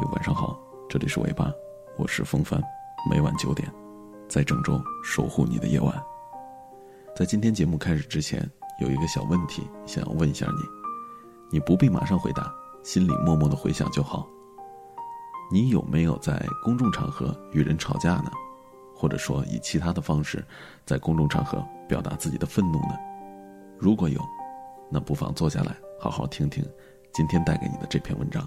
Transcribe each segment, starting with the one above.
晚上好，这里是尾巴，我是风帆，每晚9点，在郑州守护你的夜晚。在今天节目开始之前，有一个小问题想要问一下你，你不必马上回答，心里默默的回想就好。你有没有在公众场合与人吵架呢？或者说以其他的方式在公众场合表达自己的愤怒呢？如果有，那不妨坐下来好好听听今天带给你的这篇文章。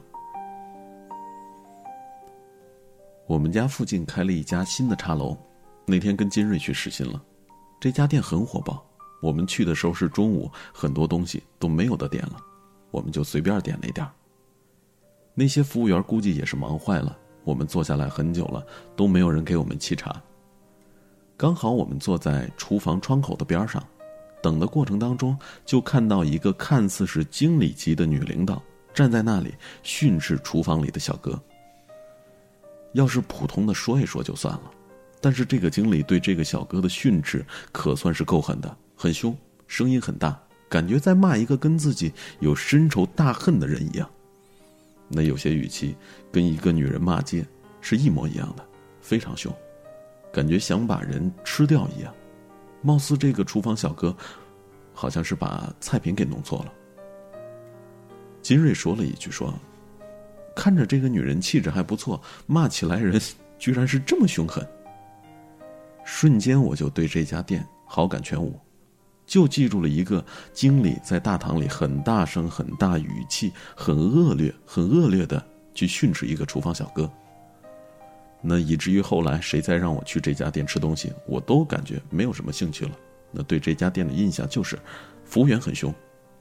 我们家附近开了一家新的茶楼，那天跟金瑞去试新了。这家店很火爆，我们去的时候是中午，很多东西都没有得点了，我们就随便点了一点。那些服务员估计也是忙坏了，我们坐下来很久了，都没有人给我们沏茶。刚好我们坐在厨房窗口的边上，等的过程当中，就看到一个看似是经理级的女领导站在那里训斥厨房里的小哥。要是普通的说一说就算了，但是这个经理对这个小哥的训斥可算是够狠的，很凶，声音很大，感觉在骂一个跟自己有深仇大恨的人一样。那有些语气跟一个女人骂街是一模一样的，非常凶，感觉想把人吃掉一样。貌似这个厨房小哥好像是把菜品给弄错了。金瑞说了一句说，看着这个女人气质还不错，骂起来人居然是这么凶狠。瞬间我就对这家店好感全无，就记住了一个经理在大堂里很大声很大语气很恶劣的去训斥一个厨房小哥。那以至于后来谁再让我去这家店吃东西，我都感觉没有什么兴趣了。那对这家店的印象就是服务员很凶。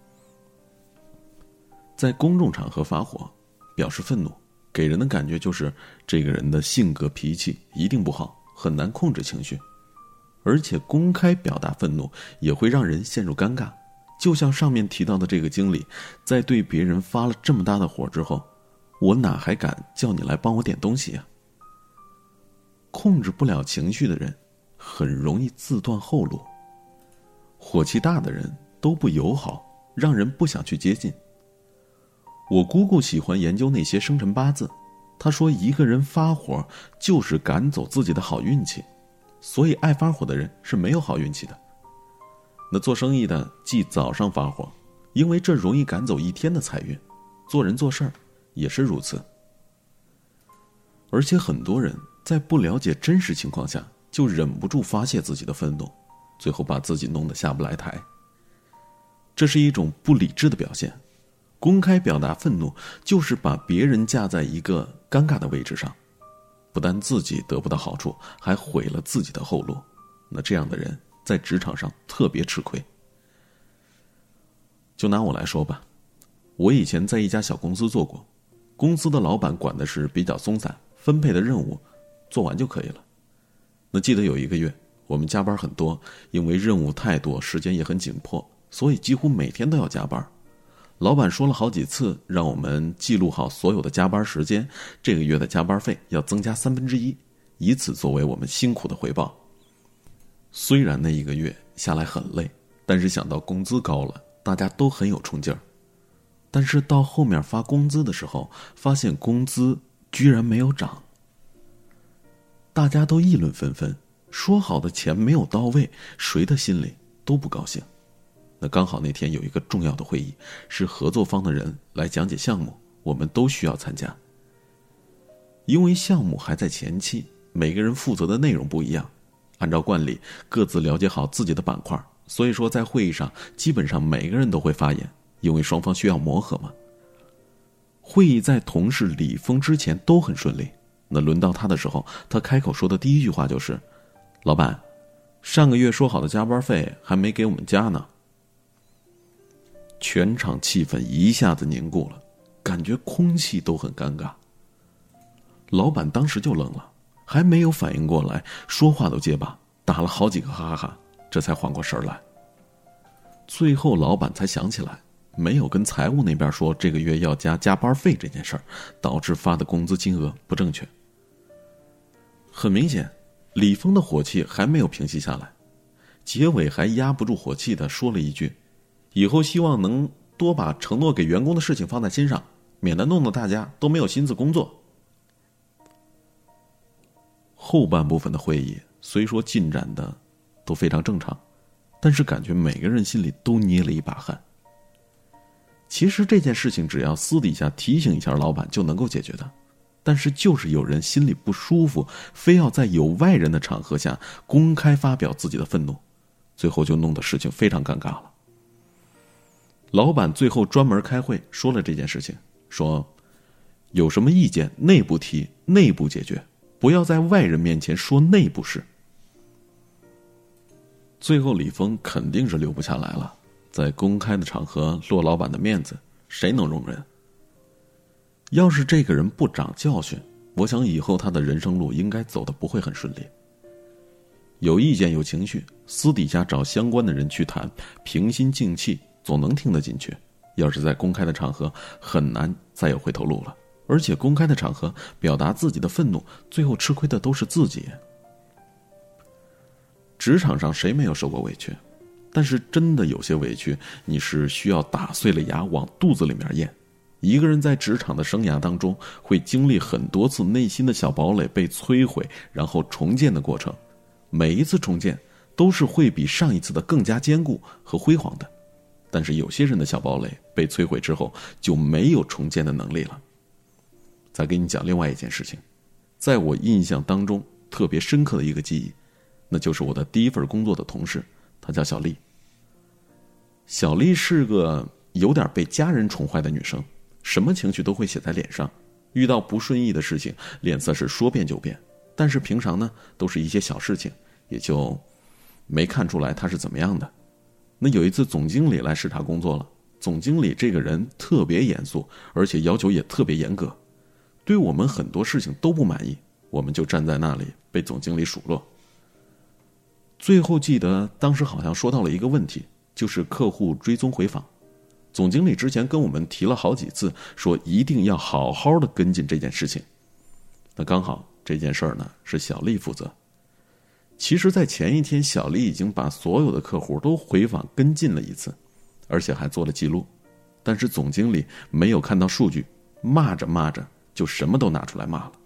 在公众场合发火表示愤怒，给人的感觉就是这个人的性格脾气一定不好，很难控制情绪，而且公开表达愤怒也会让人陷入尴尬。就像上面提到的这个经理，在对别人发了这么大的火之后，我哪还敢叫你来帮我点东西啊？控制不了情绪的人很容易自断后路，火气大的人都不友好，让人不想去接近。我姑姑喜欢研究那些生辰八字，她说一个人发火就是赶走自己的好运气，所以爱发火的人是没有好运气的。那做生意的忌早上发火，因为这容易赶走一天的财运，做人做事儿也是如此。而且很多人在不了解真实情况下就忍不住发泄自己的愤怒，最后把自己弄得下不来台。这是一种不理智的表现。公开表达愤怒就是把别人架在一个尴尬的位置上，不但自己得不到好处，还毁了自己的后路。那这样的人在职场上特别吃亏。就拿我来说吧，我以前在一家小公司做过，公司的老板管的是比较松散，分配的任务做完就可以了。那记得有一个月我们加班很多，因为任务太多，时间也很紧迫，所以几乎每天都要加班。老板说了好几次让我们记录好所有的加班时间，这个月的加班费要增加1/3，以此作为我们辛苦的回报。虽然那一个月下来很累，但是想到工资高了，大家都很有冲劲儿。但是到后面发工资的时候，发现工资居然没有涨，大家都议论纷纷，说好的钱没有到位，谁的心里都不高兴。那刚好那天有一个重要的会议，是合作方的人来讲解项目，我们都需要参加。因为项目还在前期，每个人负责的内容不一样，按照惯例各自了解好自己的板块，所以说在会议上基本上每个人都会发言，因为双方需要磨合嘛。会议在同事李峰之前都很顺利，那轮到他的时候，他开口说的第一句话就是，老板，上个月说好的加班费还没给我们加呢。全场气氛一下子凝固了，感觉空气都很尴尬。老板当时就愣了，还没有反应过来，说话都结巴，打了好几个哈哈，这才缓过神来。最后老板才想起来，没有跟财务那边说这个月要加班费这件事儿，导致发的工资金额不正确。很明显，李峰的火气还没有平息下来，结尾还压不住火气的说了一句，以后希望能多把承诺给员工的事情放在心上，免得弄得大家都没有心思工作。 后半部分的会议虽说进展的都非常正常，但是感觉每个人心里都捏了一把汗。其实这件事情只要私底下提醒一下老板就能够解决的，但是就是有人心里不舒服，非要在有外人的场合下公开发表自己的愤怒，最后就弄得事情非常尴尬了。老板最后专门开会说了这件事情，说有什么意见内部提，内部解决，不要在外人面前说内部事。最后李峰肯定是留不下来了，在公开的场合落老板的面子，谁能容忍？要是这个人不长教训，我想以后他的人生路应该走得不会很顺利。有意见有情绪，私底下找相关的人去谈，平心静气，总能听得进去。要是在公开的场合，很难再有回头路了。而且公开的场合表达自己的愤怒，最后吃亏的都是自己。职场上谁没有受过委屈？但是真的有些委屈，你是需要打碎了牙往肚子里面咽。一个人在职场的生涯当中，会经历很多次内心的小堡垒被摧毁，然后重建的过程。每一次重建都是会比上一次的更加坚固和辉煌的。但是有些人的小堡垒被摧毁之后，就没有重建的能力了。再给你讲另外一件事情，在我印象当中特别深刻的一个记忆，那就是我的第一份工作的同事，她叫小丽。小丽是个有点被家人宠坏的女生，什么情绪都会写在脸上，遇到不顺意的事情，脸色是说变就变。但是平常呢，都是一些小事情，也就没看出来她是怎么样的。那有一次总经理来视察工作了，总经理这个人特别严肃，而且要求也特别严格，对我们很多事情都不满意，我们就站在那里被总经理数落。最后记得当时好像说到了一个问题，就是客户追踪回访。总经理之前跟我们提了好几次，说一定要好好的跟进这件事情。那刚好这件事儿呢是小丽负责。其实在前一天，小丽已经把所有的客户都回访跟进了一次，而且还做了记录。但是总经理没有看到数据，骂着骂着就什么都拿出来骂了。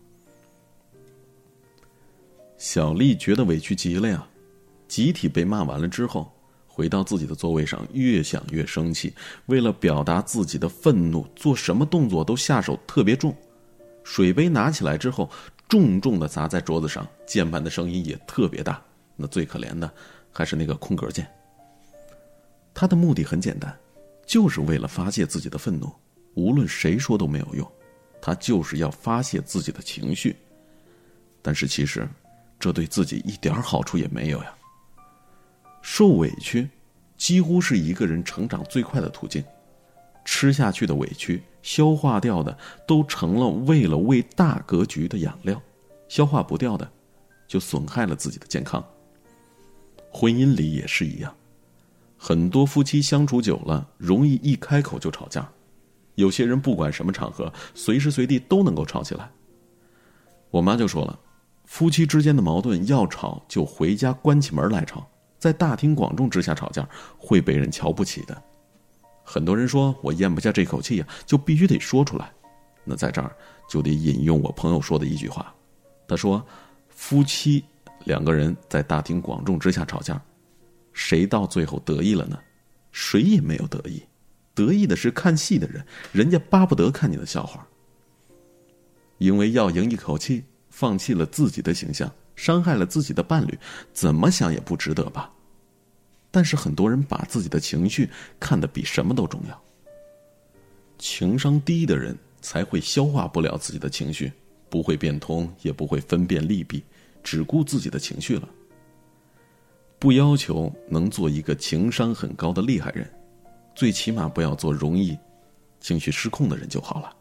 小丽觉得委屈极了呀，集体被骂完了之后，回到自己的座位上，越想越生气，为了表达自己的愤怒，做什么动作都下手特别重。水杯拿起来之后，重重地砸在桌子上，键盘的声音也特别大。那最可怜的还是那个空格键。他的目的很简单，就是为了发泄自己的愤怒，无论谁说都没有用，他就是要发泄自己的情绪。但是其实这对自己一点好处也没有呀。受委屈几乎是一个人成长最快的途径，吃下去的委屈消化掉的都成了为了为大格局的养料，消化不掉的就损害了自己的健康。婚姻里也是一样，很多夫妻相处久了，容易一开口就吵架。有些人不管什么场合，随时随地都能够吵起来。我妈就说了，夫妻之间的矛盾要吵就回家关起门来吵，在大庭广众之下吵架会被人瞧不起的。很多人说我咽不下这口气啊，就必须得说出来。那在这儿就得引用我朋友说的一句话，他说夫妻两个人在大庭广众之下吵架，谁到最后得意了呢？谁也没有得意，得意的是看戏的人，人家巴不得看你的笑话。因为要赢一口气，放弃了自己的形象，伤害了自己的伴侣，怎么想也不值得吧。但是很多人把自己的情绪看得比什么都重要。情商低的人才会消化不了自己的情绪，不会变通，也不会分辨利弊，只顾自己的情绪了。不要求能做一个情商很高的厉害人，最起码不要做容易情绪失控的人就好了。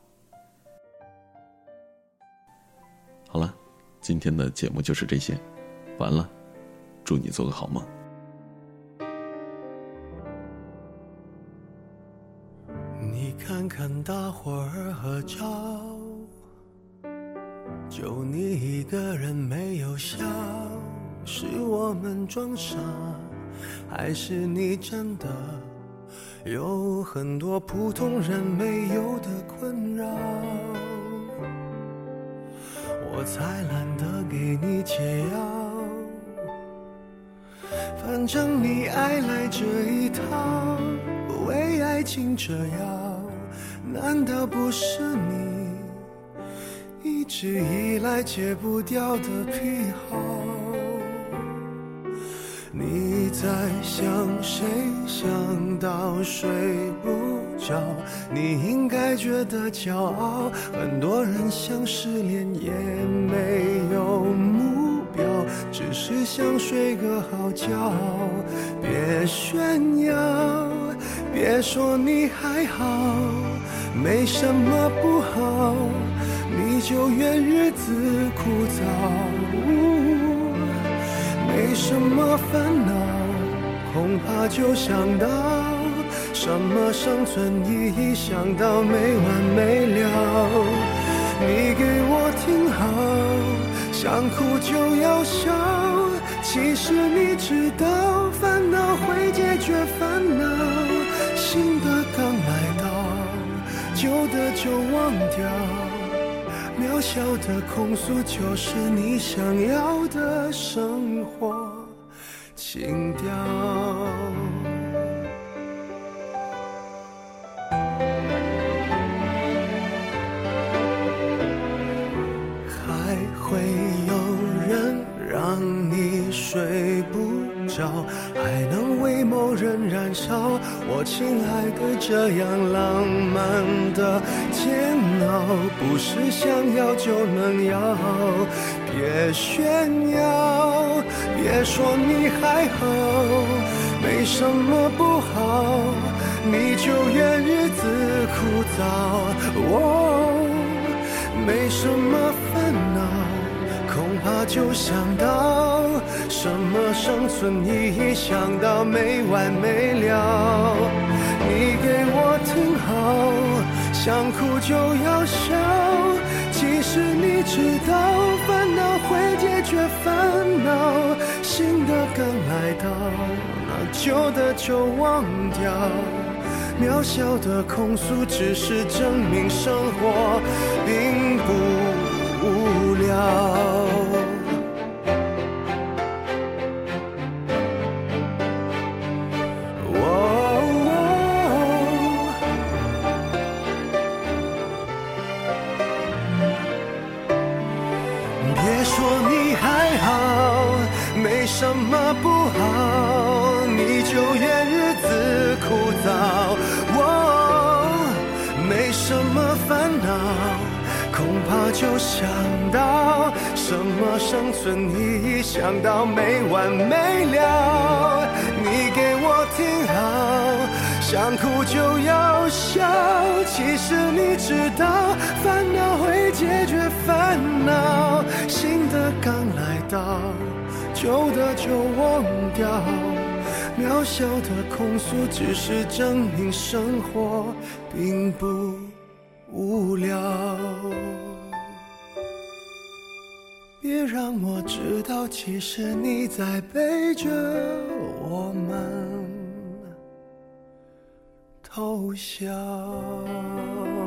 好了，今天的节目就是这些，完了，祝你做个好梦。 你看看大伙儿合照，就你一个人没有笑，是我们装傻，还是你真的有很多普通人没有的困扰？ 我才懒得给你解药。反正你爱来这一套，为爱情折腰，难道不是你一直以来戒不掉的癖好？你在想谁，想到睡不着，你应该觉得骄傲。很多人想失恋也没有目标，只是想睡个好觉。别炫耀，别说你还好，没什么不好，你就怨日子枯燥。没什么烦恼，恐怕就想到什么生存意义，想到没完没了。你给我听好，想哭就要笑，其实你知道烦恼会解决烦恼，新的刚来到，旧的就忘掉，渺小的控诉就是你想要的生活情调。还会有人让你睡不着，还能为某人燃烧。我亲爱的，这样浪漫的煎熬，不是想要就能要。别炫耀，别说你还好，没什么不好，你就怨日子枯燥。没什么烦恼，恐怕就想到什么生存意义，想到没完没了。你给我听好，想哭就要笑，其实你知道烦恼会解决烦恼，新的刚来到，那旧的就忘掉。渺小的控诉只是证明生活并不无聊。别说你还好，没什么不好，你就怨日子枯燥。没什么烦恼，恐怕就想到什么生存意义，想到没完没了。你给我听好，想哭就要笑，其实你知道烦恼会解决烦恼，新的刚来到，旧的就忘掉。渺小的控诉只是证明生活并不无聊。别让我知道，其实你在背着我们偷笑。